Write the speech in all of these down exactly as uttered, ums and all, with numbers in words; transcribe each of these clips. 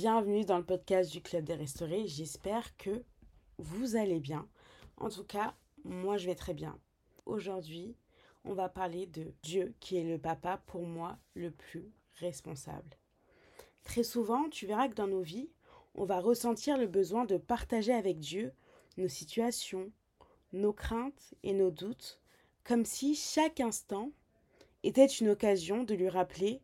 Bienvenue dans le podcast du Club des Restaurés. J'espère que vous allez bien. En tout cas, moi je vais très bien. Aujourd'hui, on va parler de Dieu qui est le papa pour moi le plus responsable. Très souvent, tu verras que dans nos vies, on va ressentir le besoin de partager avec Dieu nos situations, nos craintes et nos doutes, comme si chaque instant était une occasion de lui rappeler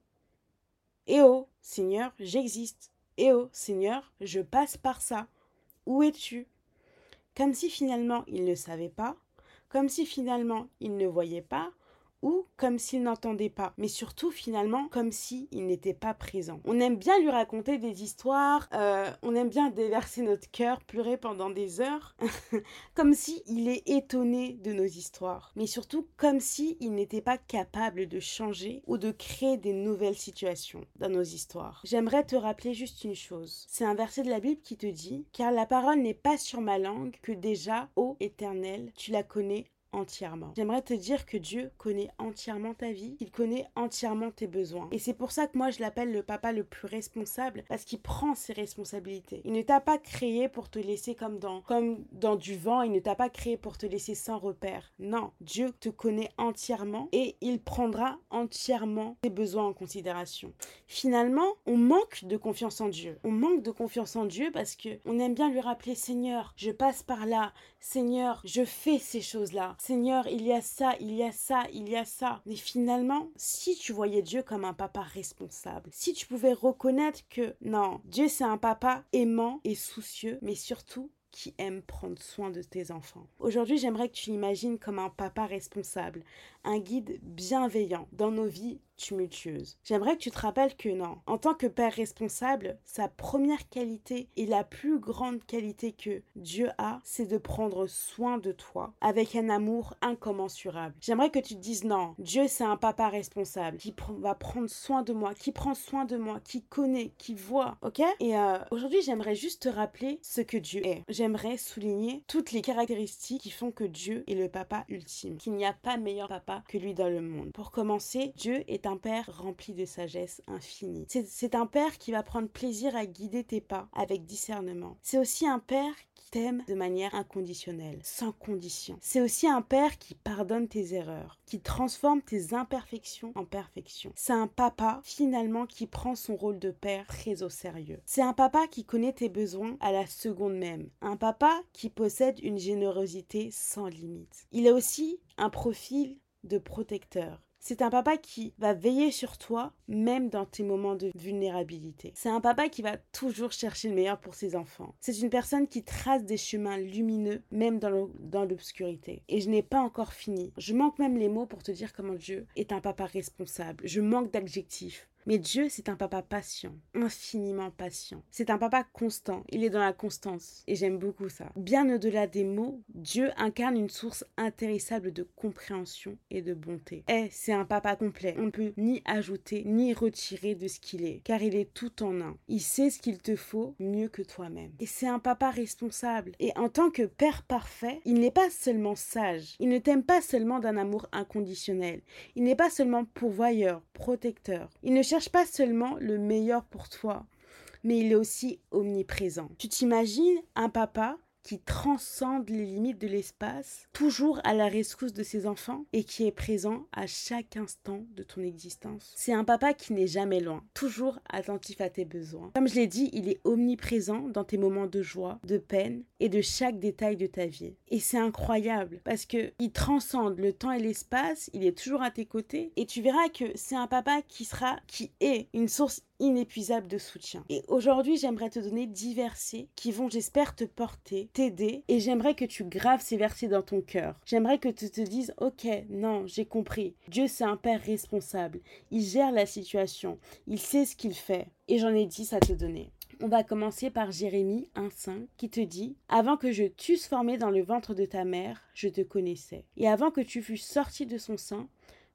« Eh oh, Seigneur, j'existe !» Eh oh, Seigneur, je passe par ça. Où es-tu ? Comme si finalement il ne savait pas, comme si finalement il ne voyait pas, ou comme s'il n'entendait pas, mais surtout finalement comme s'il n'était pas présent. On aime bien lui raconter des histoires, euh, on aime bien déverser notre cœur, pleurer pendant des heures, comme si il est étonné de nos histoires, mais surtout comme si il n'était pas capable de changer ou de créer des nouvelles situations dans nos histoires. J'aimerais te rappeler juste une chose, c'est un verset de la Bible qui te dit « Car la parole n'est pas sur ma langue que déjà, ô Éternel, tu la connais entièrement. » J'aimerais te dire que Dieu connaît entièrement ta vie, qu'il connaît entièrement tes besoins. Et c'est pour ça que moi je l'appelle le papa le plus responsable, parce qu'il prend ses responsabilités. Il ne t'a pas créé pour te laisser comme dans, comme dans du vent, il ne t'a pas créé pour te laisser sans repère. Non, Dieu te connaît entièrement et il prendra entièrement tes besoins en considération. Finalement, on manque de confiance en Dieu. On manque de confiance en Dieu parce que on aime bien lui rappeler « Seigneur, je passe par là. Seigneur, je fais ces choses-là. Seigneur, il y a ça, il y a ça, il y a ça. » Mais finalement, si tu voyais Dieu comme un papa responsable, si tu pouvais reconnaître que non, Dieu c'est un papa aimant et soucieux, mais surtout qui aime prendre soin de tes enfants. Aujourd'hui, j'aimerais que tu l'imagines comme un papa responsable, un guide bienveillant dans nos vies tumultueuses. J'aimerais que tu te rappelles que non, en tant que père responsable, sa première qualité et la plus grande qualité que Dieu a, c'est de prendre soin de toi avec un amour incommensurable. J'aimerais que tu te dises non, Dieu c'est un papa responsable qui pr- va prendre soin de moi, qui prend soin de moi, qui connaît, qui voit, ok ? Et euh, aujourd'hui, j'aimerais juste te rappeler ce que Dieu est. J'aimerais souligner toutes les caractéristiques qui font que Dieu est le papa ultime, qu'il n'y a pas meilleur papa que lui dans le monde. Pour commencer, Dieu est un père rempli de sagesse infinie. C'est, c'est un père qui va prendre plaisir à guider tes pas avec discernement. C'est aussi un père qui t'aime de manière inconditionnelle, sans condition. C'est aussi un père qui pardonne tes erreurs, qui transforme tes imperfections en perfection. C'est un papa, finalement, qui prend son rôle de père très au sérieux. C'est un papa qui connaît tes besoins à la seconde même. Un papa qui possède une générosité sans limite. Il a aussi un profil de protecteur. C'est un papa qui va veiller sur toi, même dans tes moments de vulnérabilité. C'est un papa qui va toujours chercher le meilleur pour ses enfants. C'est une personne qui trace des chemins lumineux, même dans, le, dans l'obscurité. Et je n'ai pas encore fini. Je manque même les mots pour te dire comment Dieu est un papa responsable. Je manque d'adjectifs. Mais Dieu, c'est un papa patient, infiniment patient. C'est un papa constant, il est dans la constance, et j'aime beaucoup ça. Bien au-delà des mots, Dieu incarne une source intarissable de compréhension et de bonté. Eh, c'est un papa complet, on ne peut ni ajouter ni retirer de ce qu'il est, car il est tout en un. Il sait ce qu'il te faut mieux que toi-même. Et c'est un papa responsable. Et en tant que père parfait, il n'est pas seulement sage, il ne t'aime pas seulement d'un amour inconditionnel, il n'est pas seulement pourvoyeur, protecteur, il ne cherche pas seulement le meilleur pour toi, mais il est aussi omniprésent. Tu t'imagines un papa qui transcende les limites de l'espace, toujours à la rescousse de ses enfants et qui est présent à chaque instant de ton existence. C'est un papa qui n'est jamais loin, toujours attentif à tes besoins. Comme je l'ai dit, il est omniprésent dans tes moments de joie, de peine et de chaque détail de ta vie. Et c'est incroyable parce que il transcende le temps et l'espace, il est toujours à tes côtés et tu verras que c'est un papa qui sera, qui est une source inépuisable de soutien. Et aujourd'hui, j'aimerais te donner dix versets qui vont, j'espère, te porter, t'aider, et j'aimerais que tu graves ces versets dans ton cœur. J'aimerais que tu te dises, ok, non, j'ai compris. Dieu, c'est un père responsable. Il gère la situation. Il sait ce qu'il fait. Et j'en ai dix à te donner. On va commencer par Jérémie un cinq qui te dit « Avant que je t'eusse formé dans le ventre de ta mère, je te connaissais. Et avant que tu fusses sorti de son sein,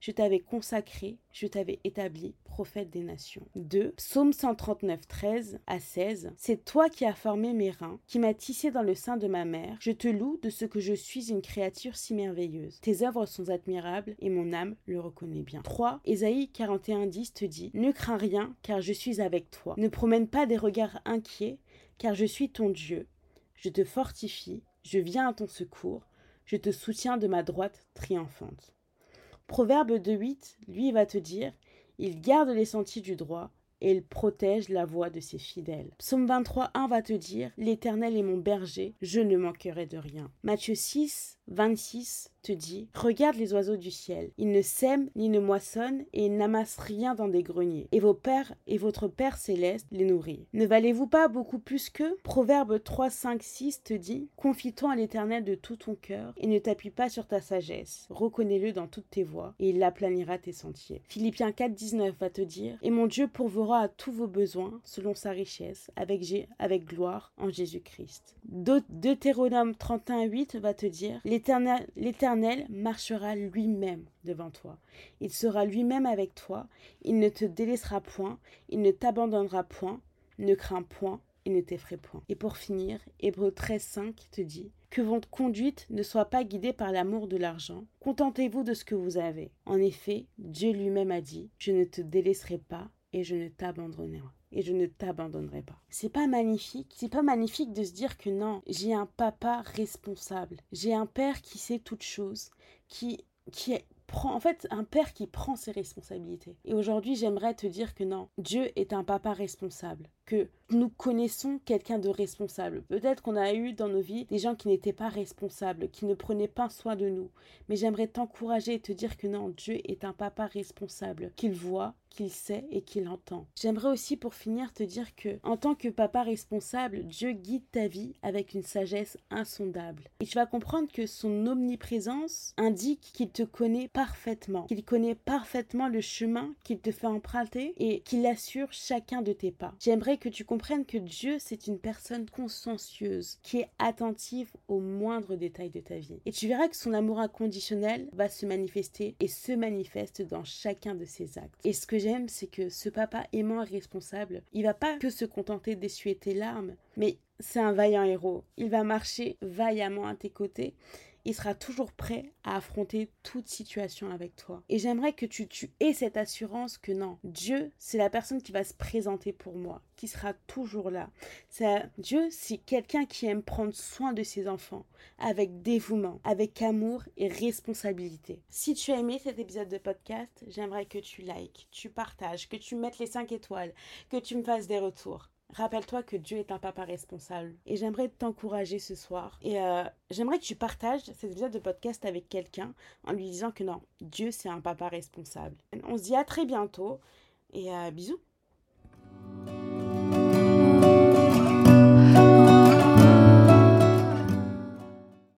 je t'avais consacré, je t'avais établi prophète des nations. deux. Psaume cent trente-neuf, treize à seize. C'est toi qui as formé mes reins, qui m'as tissé dans le sein de ma mère. Je te loue de ce que je suis une créature si merveilleuse. Tes œuvres sont admirables et mon âme le reconnaît bien. trois. Ésaïe quarante et un, dix te dit: Ne crains rien, car je suis avec toi. Ne promène pas des regards inquiets, car je suis ton Dieu. Je te fortifie, je viens à ton secours, je te soutiens de ma droite triomphante. Proverbe deux, huit, lui, va te dire: il garde les sentiers du droit et il protège la voie de ses fidèles. Psaume vingt-trois, un va te dire: l'Éternel est mon berger, je ne manquerai de rien. Matthieu six, vingt-six te dit: regarde les oiseaux du ciel, ils ne sèment ni ne moissonnent et ils n'amassent rien dans des greniers. Et vos pères et votre Père céleste les nourrit. Ne valez-vous pas beaucoup plus qu'eux? Proverbe trois, cinq, six te dit: confie-toi à l'Éternel de tout ton cœur et ne t'appuie pas sur ta sagesse. Reconnais-le dans toutes tes voies et il aplanira tes sentiers. Philippiens quatre, dix-neuf va te dire: et mon Dieu pourvoira à tous vos besoins selon sa richesse avec, G- avec gloire en Jésus-Christ. De- Deutéronome trente et un, huit va te dire: l'Éternel, l'Éternel marchera lui-même devant toi. Il sera lui-même avec toi. Il ne te délaissera point. Il ne t'abandonnera point. Ne crains point et ne t'effraie point. Et pour finir, Hébreux treize, cinq te dit: que votre conduite ne soit pas guidée par l'amour de l'argent. Contentez-vous de ce que vous avez. En effet, Dieu lui-même a dit: je ne te délaisserai pas et je ne t'abandonnerai pas. Et je ne t'abandonnerai pas. C'est pas magnifique? C'est pas magnifique de se dire que non, j'ai un papa responsable. J'ai un père qui sait toutes choses, qui, qui prend, en fait, un père qui prend ses responsabilités. Et aujourd'hui, j'aimerais te dire que non, Dieu est un papa responsable. Que nous connaissons quelqu'un de responsable. Peut-être qu'on a eu dans nos vies des gens qui n'étaient pas responsables, qui ne prenaient pas soin de nous. Mais j'aimerais t'encourager et te dire que non, Dieu est un papa responsable, qu'il voit, qu'il sait et qu'il entend. J'aimerais aussi pour finir te dire que en tant que papa responsable, Dieu guide ta vie avec une sagesse insondable. Et tu vas comprendre que son omniprésence indique qu'il te connaît parfaitement, qu'il connaît parfaitement le chemin qu'il te fait emprunter et qu'il assure chacun de tes pas. J'aimerais que tu comprennes que Dieu, c'est une personne consciencieuse, qui est attentive aux moindres détails de ta vie. Et tu verras que son amour inconditionnel va se manifester et se manifeste dans chacun de ses actes. Et ce que j'aime, c'est que ce papa aimant et responsable, il va pas que se contenter d'essuyer tes larmes, mais c'est un vaillant héros. Il va marcher vaillamment à tes côtés. Il sera toujours prêt à affronter toute situation avec toi. Et j'aimerais que tu, tu aies cette assurance que non, Dieu, c'est la personne qui va se présenter pour moi, qui sera toujours là. C'est, Dieu, c'est quelqu'un qui aime prendre soin de ses enfants, avec dévouement, avec amour et responsabilité. Si tu as aimé cet épisode de podcast, j'aimerais que tu likes, tu partages, que tu mettes les cinq étoiles, que tu me fasses des retours. Rappelle-toi que Dieu est un papa responsable. Et j'aimerais t'encourager ce soir. Et euh, j'aimerais que tu partages cet épisode de podcast avec quelqu'un en lui disant que non, Dieu c'est un papa responsable. On se dit à très bientôt et euh, bisous.